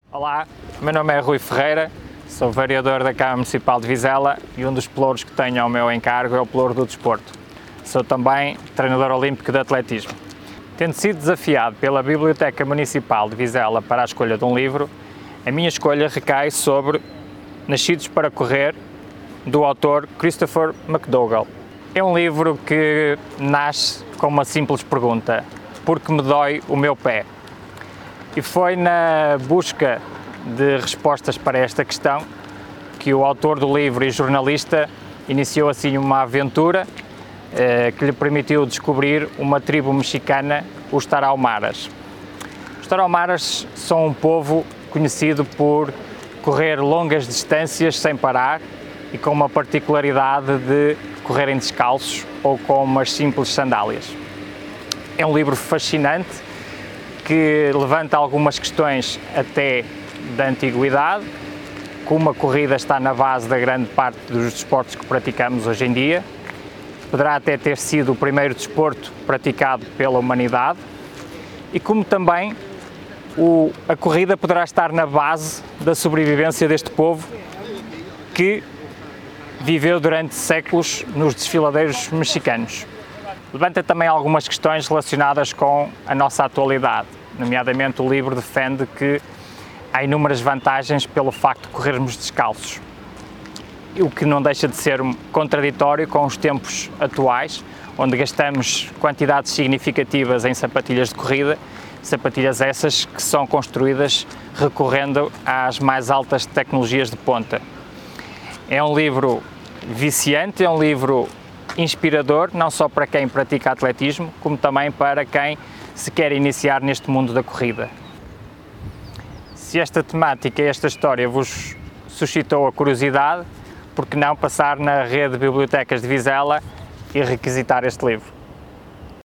Olá, meu nome é Rui Ferreira, sou vereador da Câmara Municipal de Vizela e um dos pelouros que tenho ao meu encargo é o pelouro do desporto. Sou também treinador olímpico de atletismo. Tendo sido desafiado pela Biblioteca Municipal de Vizela para a escolha de um livro, a minha escolha recai sobre Nascidos para Correr, do autor Christopher McDougall. É um livro que nasce com uma simples pergunta: por que me dói o meu pé? E foi na busca de respostas para esta questão que o autor do livro e jornalista iniciou assim uma aventura que lhe permitiu descobrir uma tribo mexicana, os Tarahumaras. Os Tarahumaras são um povo conhecido por correr longas distâncias sem parar e com uma particularidade de correrem descalços ou com umas simples sandálias. É um livro fascinante que levanta algumas questões até da antiguidade, como a corrida está na base da grande parte dos desportos que praticamos hoje em dia, poderá até ter sido o primeiro desporto praticado pela humanidade, e como também a corrida poderá estar na base da sobrevivência deste povo que viveu durante séculos nos desfiladeiros mexicanos. Levanta também algumas questões relacionadas com a nossa atualidade, nomeadamente o livro defende que há inúmeras vantagens pelo facto de corrermos descalços, o que não deixa de ser contraditório com os tempos atuais, onde gastamos quantidades significativas em sapatilhas de corrida, sapatilhas essas que são construídas recorrendo às mais altas tecnologias de ponta. É um livro viciante, é um livro inspirador, não só para quem pratica atletismo, como também para quem se quer iniciar neste mundo da corrida. Se esta temática e esta história vos suscitou a curiosidade, por que não passar na rede de bibliotecas de Vizela e requisitar este livro?